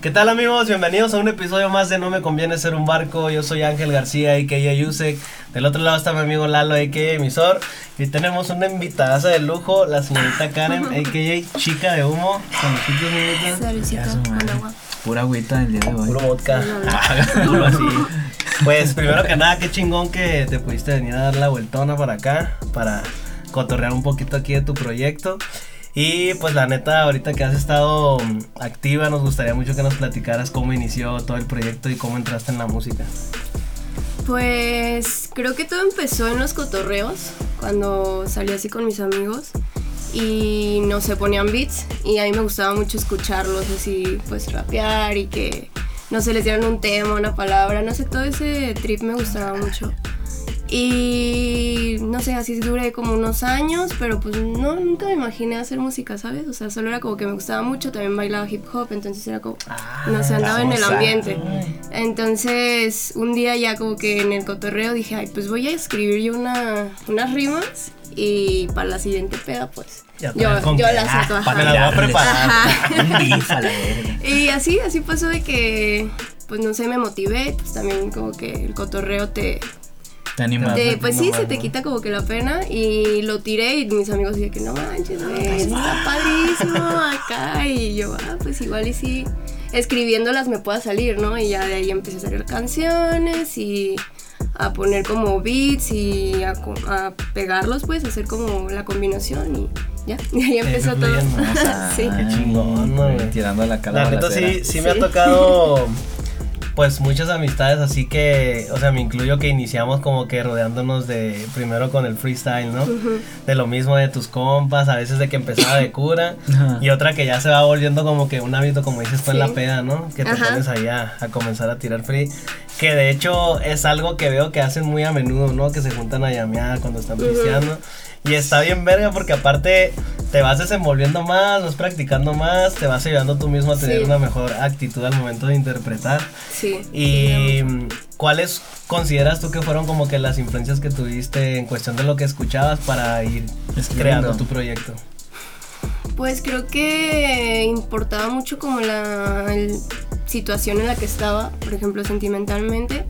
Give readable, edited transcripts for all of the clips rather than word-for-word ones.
¿Qué tal, amigos? Bienvenidos a un episodio más de No Me Conviene Ser un Barco. Yo soy Ángel García, a.k.a. Yusek. Del otro lado está mi amigo Lalo, a.k.a. Emisor. Y tenemos una invitada de lujo, la señorita Karen, a.k.a. Chica de Humo. Saludcita con agua. Pura agüita el día de hoy. Puro vodka. Puro así. Pues primero que nada, qué chingón que te pudiste venir a dar la vueltona para acá, para cotorrear un poquito aquí de tu proyecto. Y pues la neta, ahorita que has estado activa, nos gustaría mucho que nos platicaras cómo inició todo el proyecto y cómo entraste en la música. Pues creo que todo empezó en los cotorreos, cuando salí así con mis amigos y no sé, ponían beats y a mí me gustaba mucho escucharlos así, pues rapear y que no sé, les dieran un tema, una palabra, no sé, todo ese trip me gustaba mucho. Y no sé, así duré como unos años, pero pues nunca me imaginé hacer música, ¿sabes? O sea, solo era como que me gustaba mucho, también bailaba hip hop, entonces era como, no sé, andaba en el ambiente. Entonces, un día ya como que en el cotorreo dije, ay, pues voy a escribir yo unas rimas y para la siguiente peda, pues yo las saco. Me las voy a preparar. Y así pasó de que, pues no sé, me motivé, pues también como que el cotorreo te anima. Pues sí, se te quita como que la pena y lo tiré y mis amigos decían que no manches, está padrísimo acá y yo, pues igual y sí, escribiéndolas me pueda salir, ¿no? Y ya de ahí empecé a hacer canciones y a poner como beats y a pegarlos, pues, a hacer como la combinación y ya, y ahí empezó todo. Sí. Qué chingón, ¿no? Tirando la cara. La neta sí me ha tocado pues muchas amistades, así que, o sea, me incluyo que iniciamos como que rodeándonos de, primero con el freestyle, ¿no? Uh-huh. De lo mismo de tus compas, a veces de que empezaba de cura, y otra que ya se va volviendo como que un hábito, como dices tú en la peda, ¿no? Que te pones ahí a comenzar a tirar free, que de hecho es algo que veo que hacen muy a menudo, ¿no? Que se juntan a llamear cuando están pisteando. Y está bien verga porque aparte te vas desenvolviendo más, vas practicando más, te vas ayudando tú mismo a tener una mejor actitud al momento de interpretar. Sí. Y ¿cuáles consideras tú que fueron como que las influencias que tuviste en cuestión de lo que escuchabas para ir creando tu proyecto? Pues creo que importaba mucho como la situación en la que estaba, por ejemplo, sentimentalmente.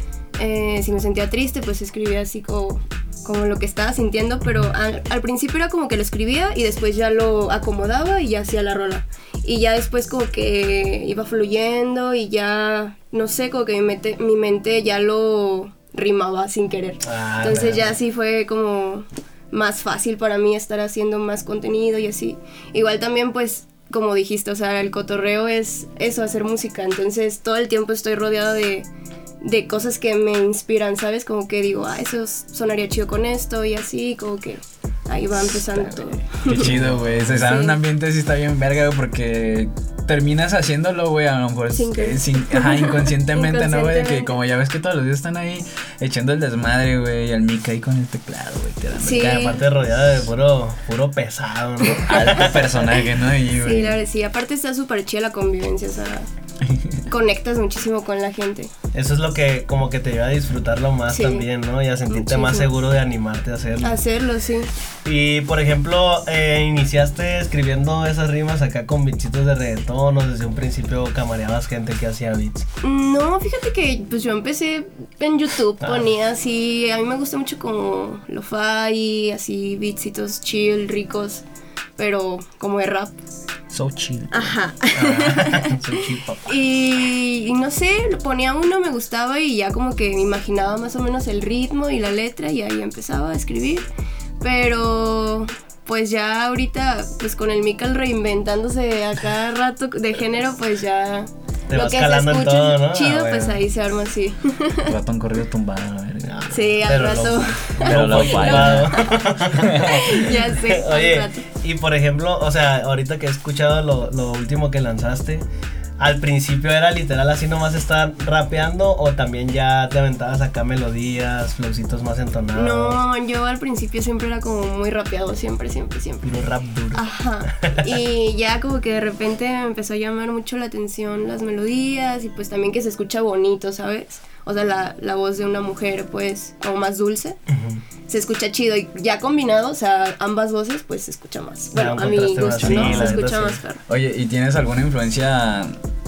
Si me sentía triste, pues escribía así como lo que estaba sintiendo, pero al principio era como que lo escribía y después ya lo acomodaba y ya hacía la rola. Y ya después como que iba fluyendo y ya, no sé, como que mi mente ya lo rimaba sin querer. Entonces ya así fue como más fácil para mí estar haciendo más contenido y así. Igual también pues, como dijiste, o sea, el cotorreo es eso, hacer música. Entonces todo el tiempo estoy rodeada de cosas que me inspiran, ¿sabes? Como que digo, eso sonaría chido con esto y así, como que ahí va empezando todo. Qué chido, güey. Se sale un ambiente así está bien verga, güey, porque terminas haciéndolo, güey, a lo mejor inconscientemente, ¿no, güey? Que como ya ves que todos los días están ahí echando el desmadre, güey, y al mic ahí con el teclado, güey, te dan que aparte rodeada de puro pesado, ¿no? Alto personaje, ¿no? Sí, la verdad, sí. Aparte está súper chida la convivencia, o sea, conectas muchísimo con la gente. Eso es lo que como que te lleva a disfrutarlo más también, ¿no? Y a sentirte más seguro de animarte a hacerlo. Hacerlo, sí. Y por ejemplo, iniciaste escribiendo esas rimas acá con beatsitos de reggaetón, o desde un principio camareabas gente que hacía beats. No, fíjate que pues yo empecé en YouTube, ponía así, a mí me gusta mucho como lo-fi, así beatsitos chill, ricos, pero como de rap. So chill. Ajá. So chill, papá. Y no sé, lo ponía uno, me gustaba y ya como que me imaginaba más o menos el ritmo y la letra y ahí empezaba a escribir. Pero pues ya ahorita, pues con el Mical reinventándose a cada rato de género, pues ya te lo vas que calando se en escucha todo, ¿no? chido, pues ahí se arma así. Ratón corrido tumbado, a ver. Sí, al rato. Pero lo tumbado. Ya sé. Oye, al rato. Y por ejemplo, o sea, ahorita que he escuchado lo último que lanzaste, ¿al principio era literal así nomás estar rapeando o también ya te aventabas acá melodías, flowcitos más entonados? No, yo al principio siempre era como muy rapeado, siempre. Puro rap duro. Ajá. Y ya como que de repente me empezó a llamar mucho la atención las melodías y pues también que se escucha bonito, ¿sabes? O sea, la voz de una mujer pues como más dulce. Uh-huh. Se escucha chido y ya combinado, o sea, ambas voces pues se escucha más. Bueno, a mi gusto, ¿no? Se escucha más perro. Oye, ¿y tienes alguna influencia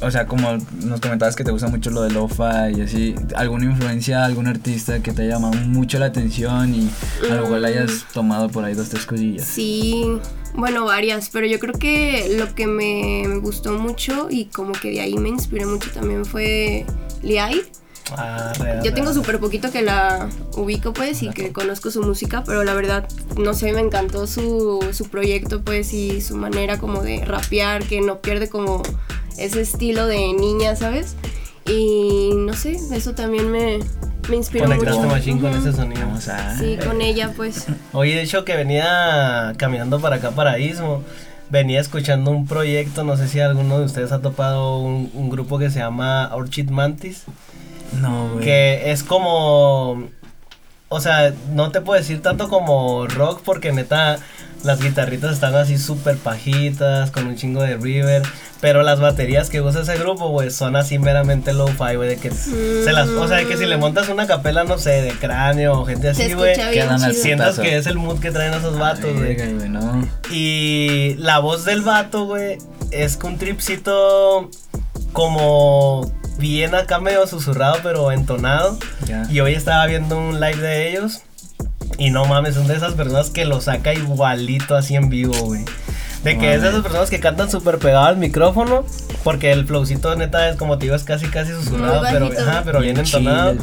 o sea, como nos comentabas que te gusta mucho lo de lo-fi y así, ¿alguna influencia, algún artista que te haya llamado mucho la atención y a lo mejor le hayas tomado por ahí 2-3 cosillas? Sí, bueno, varias, pero yo creo que lo que me gustó mucho y como que de ahí me inspiré mucho también fue Liai. Yo tengo súper poquito que la ubico pues y que conozco su música, pero la verdad, no sé, me encantó su proyecto pues y su manera como de rapear, que no pierde como ese estilo de niña, ¿sabes? Y no sé, eso también me inspiró mucho. Conectaste machín con ese sonido. O sea, sí, con ella pues. Oye, de hecho que venía caminando para acá, para Istmo, venía escuchando un proyecto, no sé si alguno de ustedes ha topado un grupo que se llama Orchid Mantis. no, güey. Que es como, o sea, no te puedo decir tanto como rock porque neta las guitarritas están así súper pajitas, con un chingo de reverb, pero las baterías que usa ese grupo, güey, son así meramente lo-fi, güey, de que o sea, de que si le montas una capela, no sé, de Cráneo o gente así, güey, sientas que es el mood que traen esos vatos, güey. No. Y la voz del vato, güey, es un tripcito como bien acá medio susurrado pero entonado. Y hoy estaba viendo un live de ellos y no mames, son de esas personas que lo saca igualito así en vivo, güey. De que es de esas personas que cantan súper pegado al micrófono, porque el flowcito neta es como te digo, es casi susurrado, pero bien entonado.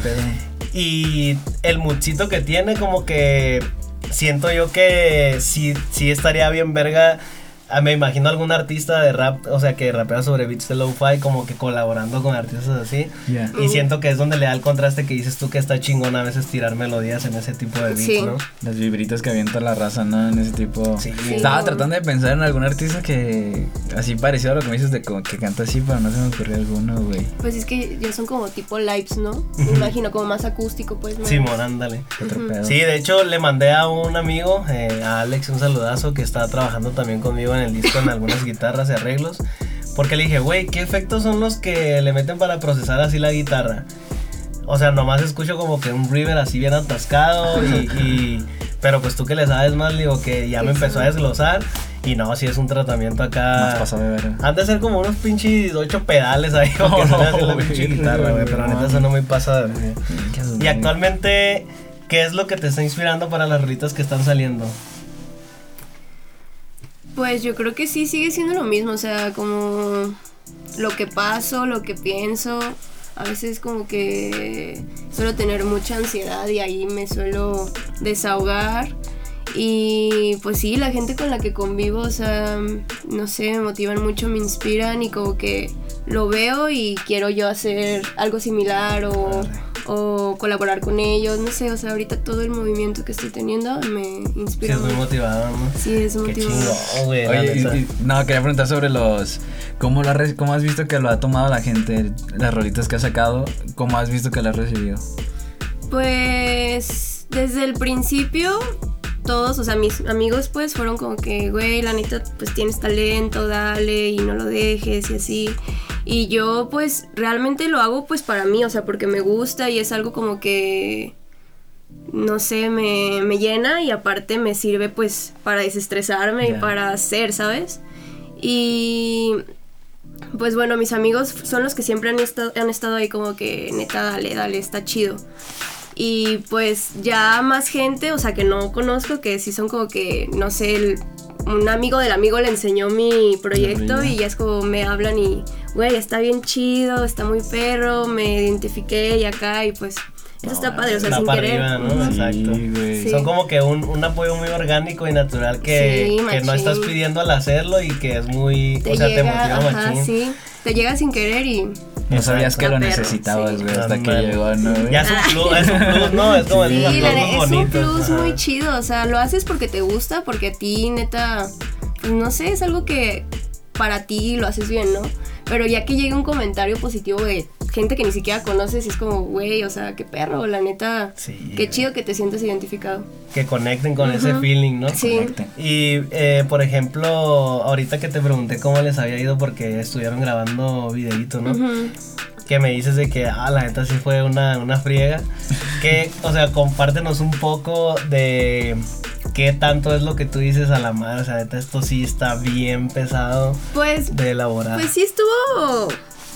Y el moodcito que tiene, como que siento yo que sí estaría bien verga. Me imagino algún artista de rap, o sea, que rapea sobre beats de lo-fi, como que colaborando con artistas así. Y siento que es donde le da el contraste que dices tú, que está chingón a veces tirar melodías en ese tipo de beats, ¿no? Las vibritas que avienta la raza, ¿no? En ese tipo. Sí. Estaba tratando de pensar en algún artista que así parecido a lo que me dices de que canta así, pero no se me ocurrió alguno, güey. Pues es que ya son como tipo lives, ¿no? Me imagino como más acústico, pues. Simón, ándale. Sí, de hecho le mandé a un amigo, a Alex, un saludazo, que está trabajando también conmigo en el disco en algunas guitarras y arreglos, porque le dije, güey, ¿qué efectos son los que le meten para procesar así la guitarra? O sea, nomás escucho como que un reverb así bien atascado pero pues tú que le sabes más, digo, que ya me empezó a desglosar. Y no, sí es un tratamiento acá. Más pasado de ver. Han de ser como unos pinches 8 pedales ahí, porque se le hace la pinche guitarra, güey. Pero neta eso no me pasa de ver. Y actualmente, ¿qué es lo que te está inspirando para las rolitas que están saliendo? Pues yo creo que sí sigue siendo lo mismo, o sea, como lo que paso, lo que pienso. A veces como que suelo tener mucha ansiedad y ahí me suelo desahogar. Y pues sí, la gente con la que convivo, o sea, no sé, me motivan mucho, me inspiran y como que lo veo y quiero yo hacer algo similar o colaborar con ellos, no sé, o sea, ahorita todo el movimiento que estoy teniendo me inspira. Sí, es muy motivador, ¿no? Sí, es motivador. Qué chingón, güey. Oye, no, quería preguntar sobre ¿cómo has visto que lo ha tomado la gente, las rolitas que ha sacado? ¿Cómo has visto que la ha recibido? Pues desde el principio todos, o sea, mis amigos pues fueron como que, güey, la neta, pues tienes talento, dale y no lo dejes y así. Y yo pues realmente lo hago pues para mí, o sea, porque me gusta y es algo como que, no sé, me llena y aparte me sirve pues para desestresarme y para hacer, ¿sabes? Y pues bueno, mis amigos son los que siempre han estado ahí como que, neta, dale, está chido. Y pues ya más gente, o sea, que no conozco, que sí son como que, no sé, un amigo del amigo le enseñó mi proyecto y ya es como me hablan y, güey, está bien chido, está muy perro, me identifiqué y acá y pues eso está padre, o sea, sin querer. Arriba, ¿no? Exacto. Sí. Son como que un apoyo muy orgánico y natural que no estás pidiendo al hacerlo y que es muy, te motiva machín. Sí, te llega sin querer y... No sabías que lo necesitabas, güey, hasta que llegó, ¿no? Ya es un plus, ¿no? Es como es un plus muy chido, o sea, lo haces porque te gusta, porque a ti, neta, pues no sé, es algo que para ti lo haces bien, ¿no? Pero ya que llega un comentario positivo de gente que ni siquiera conoces, es como, güey, o sea, qué perro, la neta, qué chido que te sientes identificado. Que conecten con ese feeling, ¿no? Sí. Conecten. Y, por ejemplo, ahorita que te pregunté cómo les había ido porque estuvieron grabando videíto, ¿no? Que me dices de que, la neta sí fue una friega. Que, o sea, compártenos un poco de qué tanto es lo que tú dices a la madre. O sea, neta, esto sí está bien pesado, pues, de elaborar. Pues sí estuvo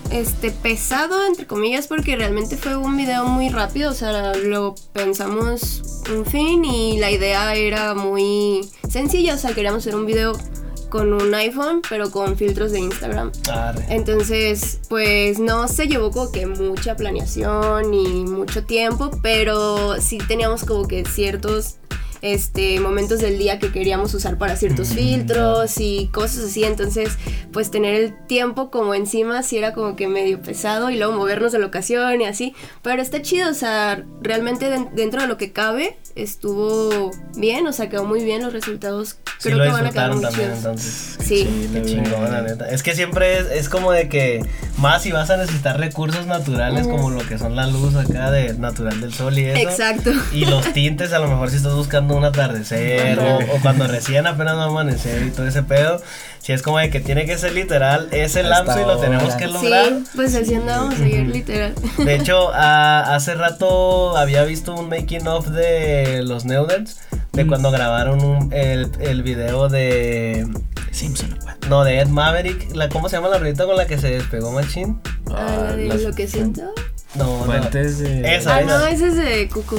pesado, entre comillas, porque realmente fue un video muy rápido, o sea, lo pensamos un fin y la idea era muy sencilla, o sea, queríamos hacer un video con un iPhone, pero con filtros de Instagram. Entonces, pues no se llevó como que mucha planeación ni mucho tiempo, pero sí teníamos como que ciertos momentos del día que queríamos usar para ciertos filtros y cosas así, entonces pues tener el tiempo como encima sí era como que medio pesado y luego movernos de locación y así, pero está chido, o sea, realmente dentro de lo que cabe estuvo bien, o sea, quedó muy bien los resultados, creo sí, que van a quedar muy también, chidos. entonces. Sí, qué chingón, la neta. Es que siempre es como de que más si vas a necesitar recursos naturales como lo que son la luz acá de natural del sol y eso. Exacto. Y los tintes, a lo mejor si estás buscando un atardecer o cuando recién apenas va a amanecer y todo ese pedo, si es como de que tiene que ser literal ese lapso y lo tenemos que lograr. Sí, pues así andamos, seguir literal. De hecho, hace rato había visto un making of de los Neuders, de cuando grabaron el video de Simpson. No, de Ed Maverick. ¿Cómo se llama la rolita con la que se despegó Machín? La de lo que siento. No, Fuentes de... Esa. No, ese es de Cucu.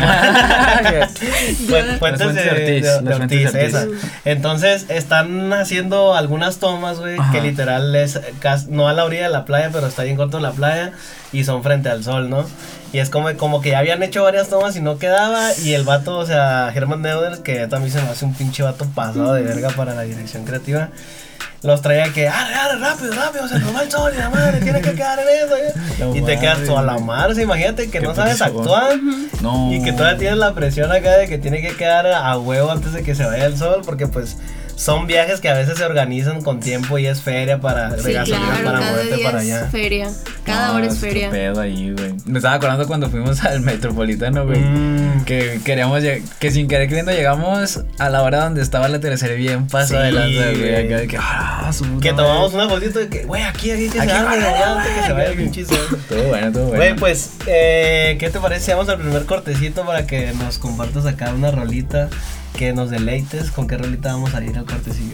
Fuentes de Ortiz, esa. Entonces están haciendo algunas tomas, güey, que literal es no a la orilla de la playa, pero está bien corto la playa y son frente al sol, ¿no? Y es como que ya habían hecho varias tomas y no quedaba. Y el vato, o sea, Herman Neuders, que también se me hace un pinche vato pasado de verga para la dirección creativa, los traía que, rápido, se nos va el sol y la madre, tiene que quedar en eso. Y te quedas toda la madre, imagínate que no sabes actuar. No. Y que todavía tienes la presión acá de que tiene que quedar a huevo antes de que se vaya el sol, porque pues son viajes que a veces se organizan con tiempo y es feria para gasolina para moverte para allá. Es feria. Cada hora es feria. Pedo ahí, güey. Me estaba acordando cuando fuimos al Metropolitano, güey. Que queríamos que sin querer queriendo llegamos a la hora donde estaba la tercera bien paso adelante, güey. Acá de que tomamos una fotito de que, güey, aquí que se haga antes que se vaya el pinche sol. Todo bueno. Güey, pues, ¿qué te parece si vamos al primer cortecito para que nos compartas acá una rolita? Que nos deleites. ¿Con qué rolita vamos a ir al cortecillo?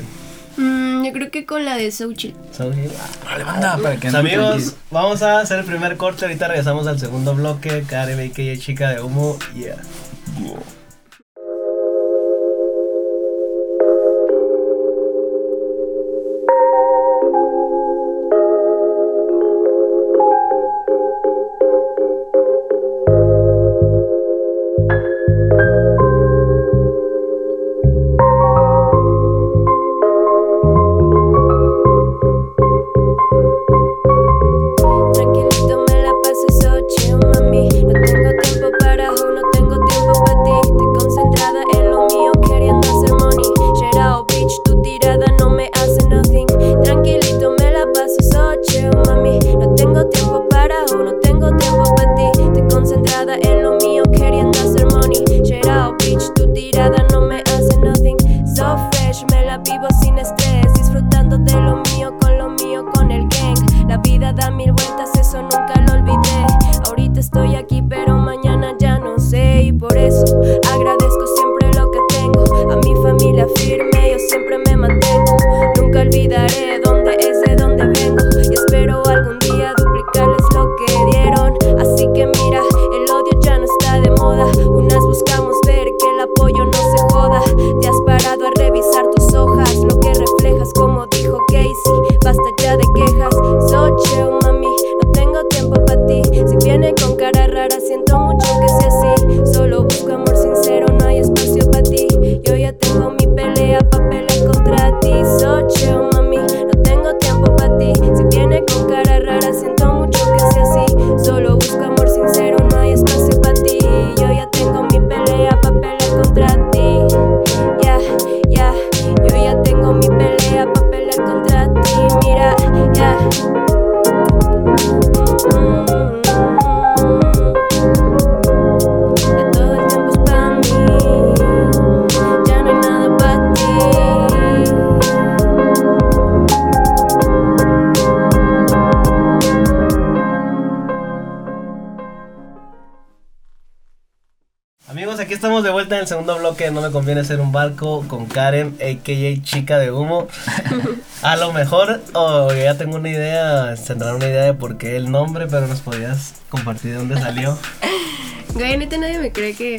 Yo creo que con la de So Chill. Vale, banda, para que amigos, vamos a hacer el primer corte. Ahorita regresamos al segundo bloque. Karen, a.k.a. Chica de Humo. Yeah. Con cara rara siento mucho que sea así, solo busco amor. Amigos, aquí estamos de vuelta en el segundo bloque de No Me Conviene Ser un Barco con Karen, a.k.a. Chica de Humo. A lo mejor, ya tengo una idea, tendrán una idea de por qué el nombre, pero nos podías compartir de dónde salió. Güey, neta nadie me cree que...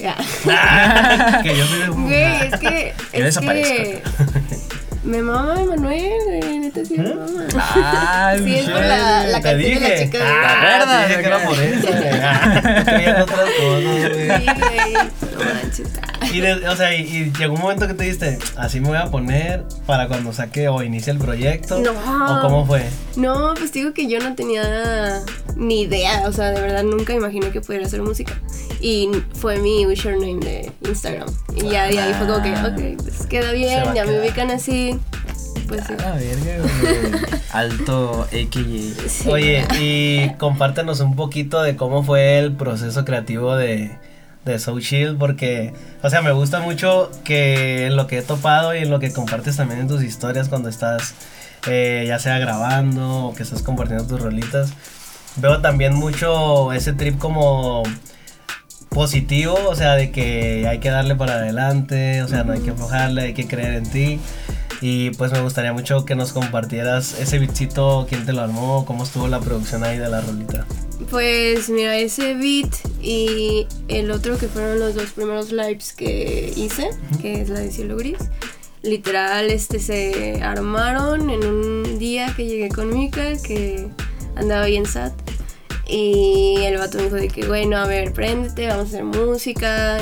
Que yo soy de Humo. Güey, es que... Yo desaparezco. Me mama Emanuel, güey, neta sí me mama. Ay, sí, es por la canción de la chica de Humo. ¿Verdad? Dije que era por eso, güey. Creían otras cosas, güey. Sí, güey, no manches. Y llegó un momento que te dijiste, así me voy a poner para cuando saque o inicie el proyecto. No. ¿O cómo fue? No, pues digo que yo no tenía ni idea, o sea, de verdad nunca imaginé que pudiera hacer música. Y fue mi username de Instagram. Y ya de ahí fue como que, ok, pues queda bien, ya me ubican así. Pues sí. Ah, verga, güey. Alto a.k.a. Sí. Oye, y compártenos un poquito de cómo fue el proceso creativo de So Chill, porque, o sea, me gusta mucho que en lo que he topado y en lo que compartes también en tus historias cuando estás, ya sea grabando o que estás compartiendo tus rolitas, veo también mucho ese trip como positivo, o sea, de que hay que darle para adelante, o sea, no hay que aflojarle, hay que creer en ti. Y pues me gustaría mucho que nos compartieras ese beatcito, quién te lo armó, cómo estuvo la producción ahí de la rolita. Pues mira, ese beat y el otro que fueron los dos primeros lives que hice, que es la de Cielo Gris, literal se armaron en un día que llegué con Mika, que andaba bien sad. Y el vato me dijo de que, bueno, a ver, préndete, vamos a hacer música,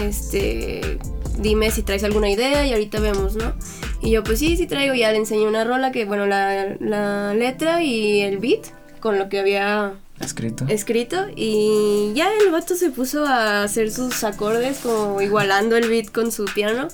dime si traes alguna idea y ahorita vemos, ¿no? Y yo, pues sí traigo, ya le enseñé una rola que, bueno, la letra y el beat con lo que había escrito y ya el vato se puso a hacer sus acordes como igualando el beat con su piano.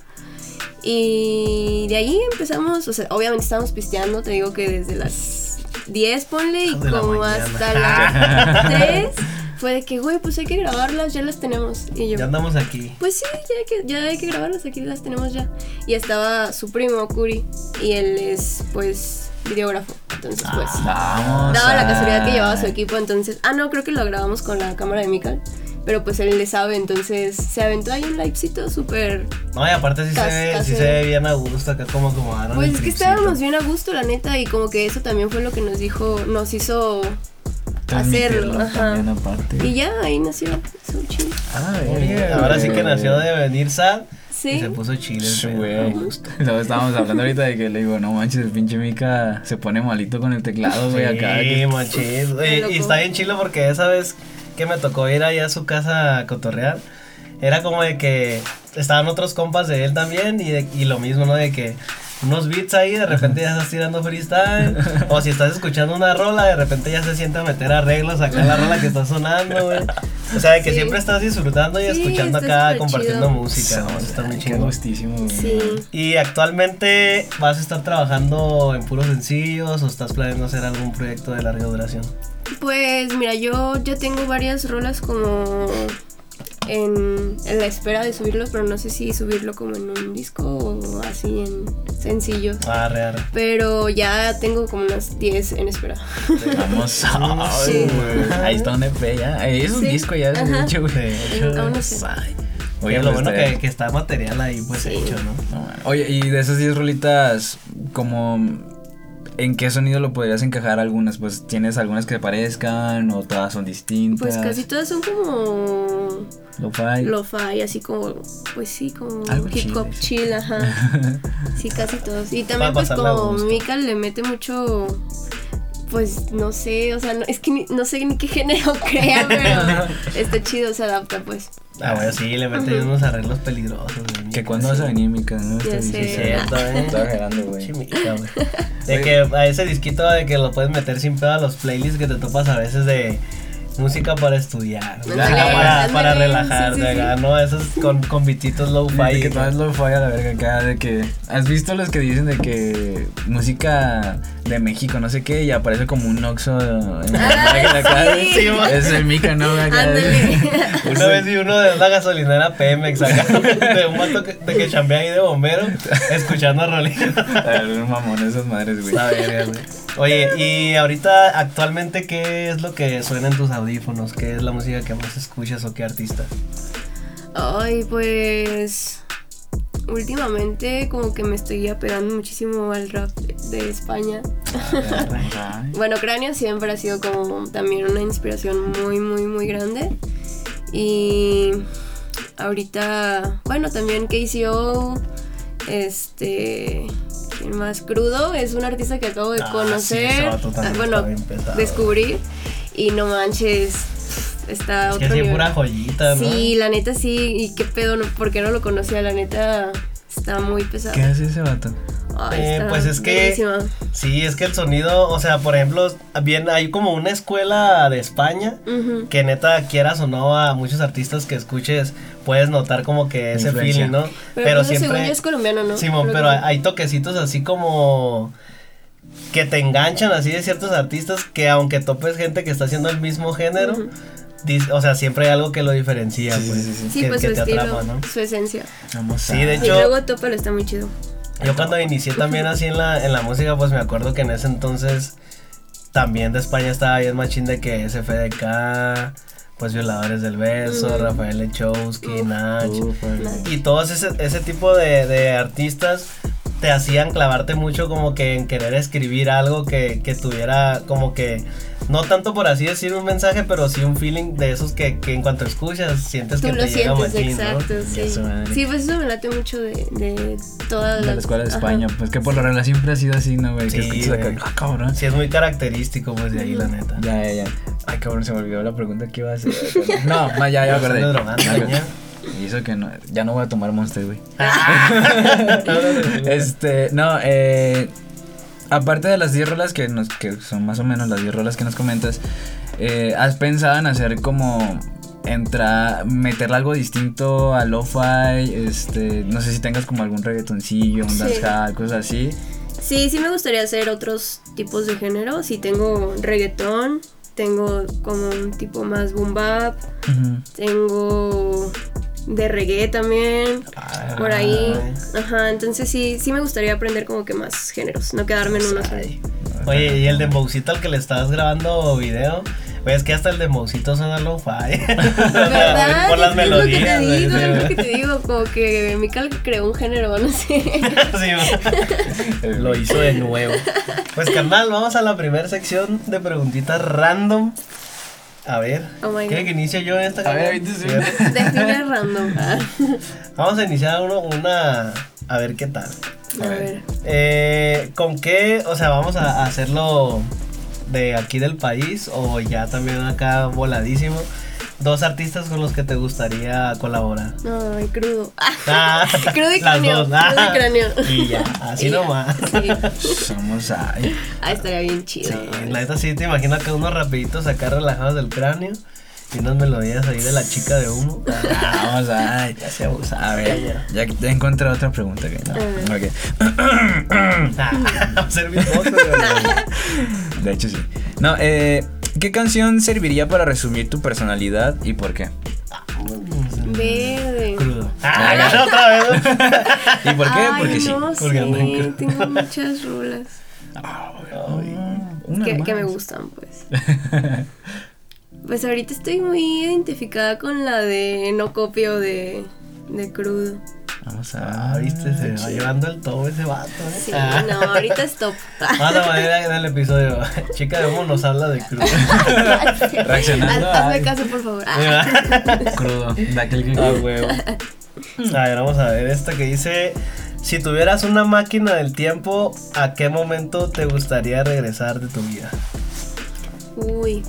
Y de ahí empezamos, o sea, obviamente estábamos pisteando, te digo que desde las 10 ponle y como hasta las 3 fue de que, güey, pues hay que grabarlas, ya las tenemos. Y yo, ya andamos aquí. Pues sí, ya hay que grabarlas, aquí las tenemos ya. Y estaba su primo, Curi, y él es, pues, videógrafo. Entonces, pues, daba la casualidad que llevaba su equipo, entonces... no, creo que lo grabamos con la cámara de Mikal. Pero pues él le sabe, entonces se aventó ahí un livecito súper... No, y aparte sí se ve bien a gusto acá como acomodaron. Pues es que estábamos bien a gusto, la neta, y como que eso también fue lo que nos hizo hacerlo, ajá. Y ya ahí nació So Chill. Ahora sí que nació de venir sad. Sí. Y se puso chill. Güey. Luego estábamos hablando ahorita de que le digo, no manches, el pinche Mika se pone malito con el teclado, güey, acá. Sí, manches. Y está bien chilo porque esa vez que me tocó ir allá a su casa a cotorrear, era como de que estaban otros compas de él también y lo mismo, ¿no? De que unos beats ahí, de repente ya estás tirando freestyle, o si estás escuchando una rola, de repente ya se siente a meter arreglos acá en la rola que está sonando, güey. O sea, de que siempre estás disfrutando y escuchando acá, compartiendo chido. Música, ¿no? Está muy chido. Gustísimo, güey. Sí. Y actualmente vas a estar trabajando en puros sencillos o estás planeando hacer algún proyecto de larga duración. Pues mira, yo ya tengo varias rolas como en la espera de subirlo, pero no sé si subirlo como en un disco o así en sencillo. Arre. Pero ya tengo como unas 10 en espera. Vamos a sí. Ahí está un EP ya. Es un disco ya, de hecho, güey. Oye, lo bueno que está material ahí pues hecho, ¿no? Oye, y de esas 10 rolitas, como... ¿en qué sonido lo podrías encajar algunas? Pues, ¿tienes algunas que te parezcan o todas son distintas? Pues casi todas son como... Lo-fi, así como... Pues sí, como algo hip hop chill, ajá. Sí, casi todos. Y también pues como Mika le mete mucho... Pues no sé, o sea, es que no sé ni qué género crea, pero está chido, se adapta pues. Bueno, sí, le mete unos arreglos peligrosos. Que cuando vas a venir, Mika, ¿no? Ya sé. Estaba generando, güey. De que a ese disquito de que lo puedes meter sin pedo a los playlists que te topas a veces de música para estudiar, para relajarte, acá, ¿no? Esos con beatitos low-fi. Que todo es low-fi a la verga acá, de que... ¿Has visto los que dicen de que música de México, no sé qué, y aparece como un Oxxo en la cara? Sí. Es el Mika, ¿no? Una vez vi uno de una gasolinera Pemex acá, de un vato de que chambea ahí de bombero, escuchando rolitas. Un mamón esas madres, güey. Oye, y ahorita, actualmente, ¿qué es lo que suena en tus audífonos? ¿Qué es la música que más escuchas o qué artista? Ay, pues últimamente como que me estoy apegando muchísimo al rap de España. Bueno, Cráneo siempre ha sido como también una inspiración muy, muy, muy grande. Y ahorita, bueno, también KCO, ¿quién más? Crudo es un artista que acabo de conocer, bueno, descubrir, y no manches, está otro nivel. Es que sí, pura joyita, ¿no? Sí, la neta sí, y qué pedo, ¿por qué no lo conocía? La neta está muy pesado. ¿Qué hace ese vato? Ay, pues es que bellísima. Sí, es que el sonido, o sea, por ejemplo, bien hay como una escuela de España que neta, quieras o no, a muchos artistas que escuches puedes notar como que ese feeling, ¿no? Pero siempre según yo es colombiano, ¿no? Simón, pero hay toquecitos así como que te enganchan así de ciertos artistas que aunque topes gente que está haciendo el mismo género, o sea, siempre hay algo que lo diferencia, pues. Sí, pues su estilo, atrapa, ¿no? Su esencia. Sí, de hecho. Y luego Tópalo está muy chido. Yo cuando inicié también así en la música, pues me acuerdo que en ese entonces también de España estaba bien machín de que SFDK, pues Violadores del Beso, Rafael Lechowski, Nach, y todos ese tipo de artistas te hacían clavarte mucho como que en querer escribir algo que tuviera como que, no tanto por así decir un mensaje, pero sí un feeling de esos que en cuanto escuchas sientes que te llega machín, exacto, ¿no? Sí. Sí, pues eso me late mucho de toda la escuela de España, pues que por lo general siempre ha sido así, ¿no, güey? Sí, que escuchas acá, cabrón. Sí, es muy característico, pues, de ahí, la neta. Ya. Ay, cabrón, se me olvidó la pregunta que iba a hacer. No, ya me acordé. Y eso que no, ya no voy a tomar Monster, güey. Aparte de las 10 rolas que son más o menos las 10 rolas que nos comentas, ¿has pensado en hacer como meterle algo distinto a lo-fi? No sé si tengas como algún reggaetoncillo, un dancehall, cosas así. Sí, me gustaría hacer otros tipos de género. Sí, tengo reggaetón, tengo como un tipo más boom bap, tengo de reggae también, por ahí. Ajá, entonces sí me gustaría aprender como que más géneros, no quedarme en uno solo. Oye, ¿y el dembowcito al que le estabas grabando video? Oye, es que hasta el dembowcito suena lo-fi. ¿Verdad? Por las melodías. Es lo que te digo, como que Mikal creó un género, no sé. Sí, lo hizo de nuevo. Pues carnal, vamos a la primera sección de preguntitas random. A ver, ¿qué que inicio yo en esta canción? A ver, define random. Vamos a iniciar una, a ver qué tal. A ver. ¿Con qué, o sea, vamos a hacerlo de aquí del país o ya también acá voladísimo? 2 artistas con los que te gustaría colaborar. Ay, Crudo. Crudo y Cráneo. Crudo y Cráneo. Y ya, así nomás. Sí. Somos ahí. Estaría bien chido. Sí, la neta sí te imagino acá unos rapiditos acá relajados del Cráneo y unas melodías ahí de la chica de humo. Vamos a ya se abusa. A ver, ya encontré otra pregunta que no. Okay. Vamos a hacer mis voces. De hecho sí. No, ¿qué canción serviría para resumir tu personalidad y por qué? Verde. Crudo. Otra vez. ¿Y por qué? Porque sí. No sé, tengo muchas rolas. Que me gustan, pues. Pues ahorita estoy muy identificada con la de No Copio de Crudo. Vamos a viste, se va llevando el todo ese vato, ¿eh? Sí, no, ahorita es top. Vamos a poner en el episodio Chica de Humo nos habla de Crudo. Reaccionando. Hazme caso, por favor. Crudo, de aquel que huevo. A ver, vamos a ver esta que dice: si tuvieras una máquina del tiempo, ¿a qué momento te gustaría regresar de tu vida? Uy,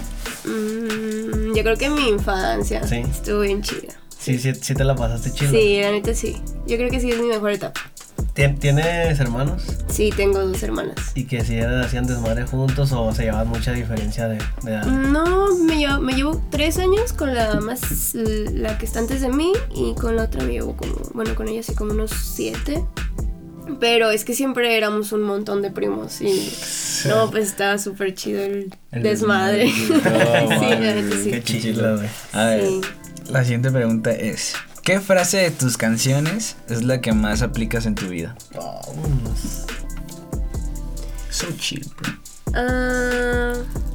yo creo que mi infancia. ¿Sí? Estuvo bien chida. Sí, te la pasaste chido. Sí, la neta sí. Yo creo que sí es mi mejor etapa. ¿Tienes hermanos? Sí, tengo 2 hermanas. ¿Y que si hacían desmadre juntos o se llevaban mucha diferencia de edad? No, me llevo 3 años con la que está antes de mí, y con la otra me llevo con ella sí como unos 7. Pero es que siempre éramos un montón de primos y no, pues estaba súper chido el desmadre. Sí. Qué chido, güey. A ver, la siguiente pregunta es: ¿qué frase de tus canciones es la que más aplicas en tu vida? So chill, bro.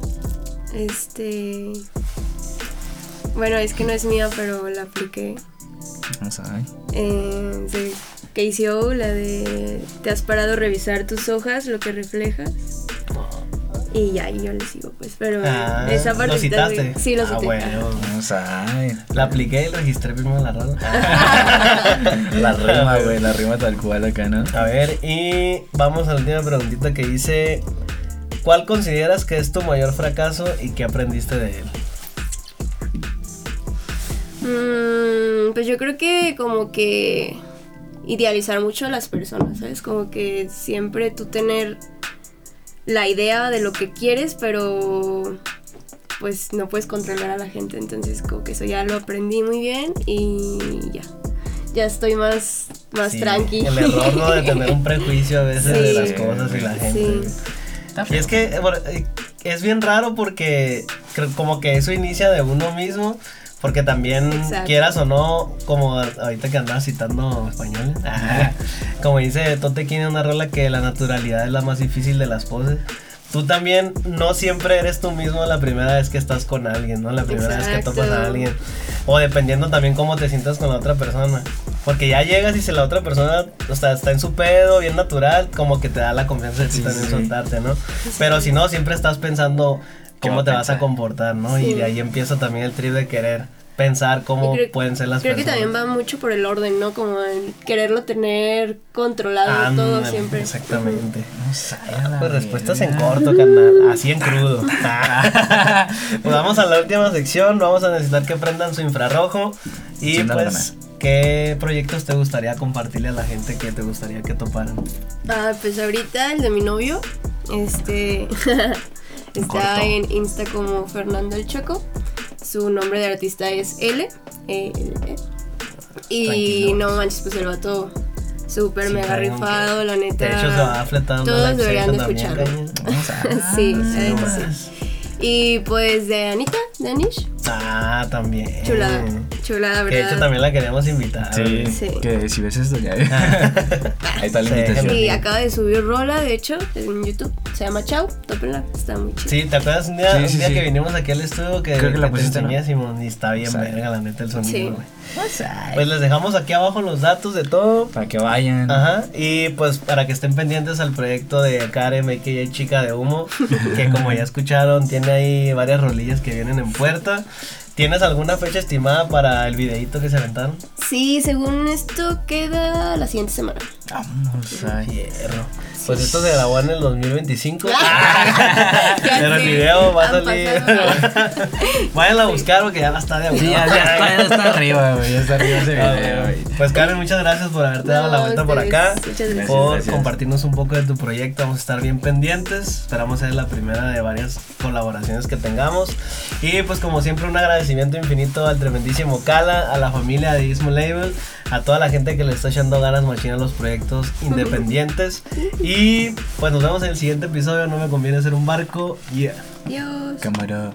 Bueno, es que no es mía, pero la apliqué. Vamos a ver. Sí, KCO, la de ¿te has parado a revisar tus hojas, lo que reflejas? Y ya, y yo le sigo, pues, pero esa parte... ¿Lo citaste? Sí, lo cité. Bueno. Vamos a ver. La apliqué y registré primero la rola. La rima, güey, la rima tal cual acá, ¿no? A ver, y vamos a la última preguntita que dice: ¿cuál consideras que es tu mayor fracaso y qué aprendiste de él? Pues yo creo que como que idealizar mucho a las personas, ¿sabes? Como que siempre tú tener la idea de lo que quieres, pero pues no puedes controlar a la gente. Entonces como que eso ya lo aprendí muy bien y ya estoy más Sí, tranqui. El error, ¿no? De tener un prejuicio a veces de las cosas y la gente. Sí. Y es que bueno, es bien raro porque como que eso inicia de uno mismo. Porque también, quieras o no, como ahorita que andaba citando español, como dice Tote King en una rola, que la naturalidad es la más difícil de las poses. Tú también no siempre eres tú mismo la primera vez que estás con alguien, ¿no? La primera vez que topas a alguien. O dependiendo también cómo te sientas con la otra persona. Porque ya llegas y si la otra persona, o sea, está en su pedo, bien natural, como que te da la confianza de ti también soltarte, ¿no? Pero si no, siempre estás pensando cómo te vas a comportar, ¿no? Y de ahí empieza también el trip de querer pensar cómo pueden ser las personas. Creo que también va mucho por el orden, ¿no? Como el quererlo tener controlado todo siempre. Exactamente. Pues respuestas en corto, carnal. Así en crudo. Pues vamos a la última sección. Vamos a necesitar que prendan su infrarrojo. Y pues, ¿qué proyectos te gustaría compartirle a la gente que te gustaría que toparan? Pues ahorita el de mi novio. Está en Insta como Fernando el Choco. Su nombre de artista es L. Y tranquilo. No manches, pues el vato súper mega rifado, la neta. De hecho, se va a fletar. Todos deberían de escucharlo. Sí. Y pues de Anita, de Anish. También. Chulada, ¿verdad? Que de hecho también la queríamos invitar. Sí. Que si ves esto ya. Ahí está la invitación. Sí, acaba de subir rola, de hecho, en YouTube. Se llama Chao, tópenla, está muy chido. Sí, ¿te acuerdas un día que vinimos aquí al estudio que creo que la te enseñásemos? Y está bien verga, la neta, el sonido, güey. Sí. Pues les dejamos aquí abajo los datos de todo. Para que vayan. Y pues para que estén pendientes al proyecto de Karen, a.k.a. Chica de Humo, que como ya escucharon, tiene ahí varias rolillas que vienen en puerta. ¿Tienes alguna fecha estimada para el videíto que se aventaron? Sí, según esto queda la siguiente semana. Vamos a hierro. Pues esto se grabó en el 2025. Pero el video va a salir. Vayan a buscar porque ya está de arriba. Ya está arriba, güey. Ya está arriba ese video, güey. Pues Karen, muchas gracias por haberte dado la vuelta por acá. Muchas gracias. Por compartirnos un poco de tu proyecto. Vamos a estar bien pendientes. Esperamos ser la primera de varias colaboraciones que tengamos. Y pues como siempre un agradecimiento infinito al tremendísimo Kala, a la familia de Ismo Label, a toda la gente que le está echando ganas machina a los proyectos independientes. Y pues nos vemos en el siguiente episodio. No me conviene ser un barco. Adiós. Cámara.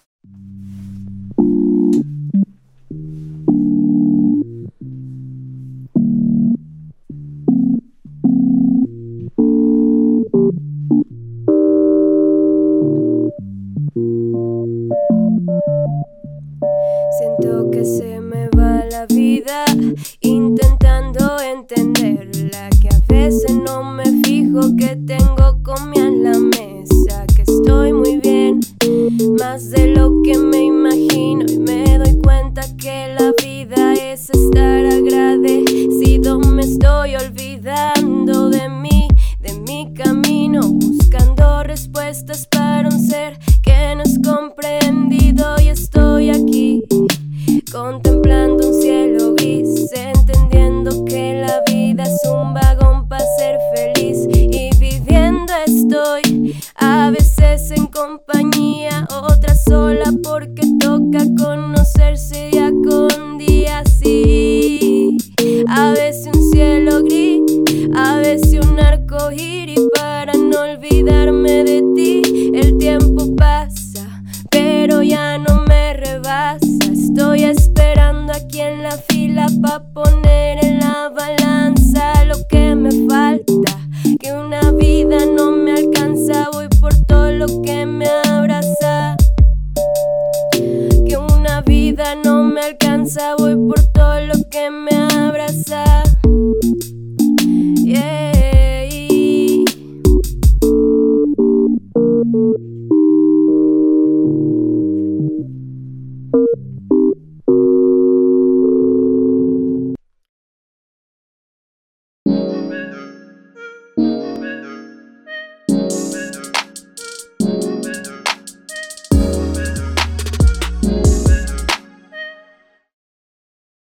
Siento que se me va la vida intentando entenderla, que a veces no me fijo que tengo comida en la mesa, que estoy muy bien, más de lo que me imagino, y me doy cuenta que la vida es estar agradecido. Me estoy olvidando de mí, de mi camino, buscando respuestas para un ser que no es comprendido, y estoy aquí contemplando un cielo gris, entendiendo que la vida es un vagón para ser feliz, y viviendo estoy, a veces en compañía, otras sola, porque toca conocerse día con día. Sí, a veces un cielo gris, a veces un arco iris, para no olvidarme de ti. El tiempo pasa, pero ya no me rebasa. Estoy esperando aquí en la fila pa' poner en la balanza lo que me falta, que una vida no me alcanza. Voy por todo lo que me abraza, que una vida no me alcanza. descansa, voy por todo lo que me abraza.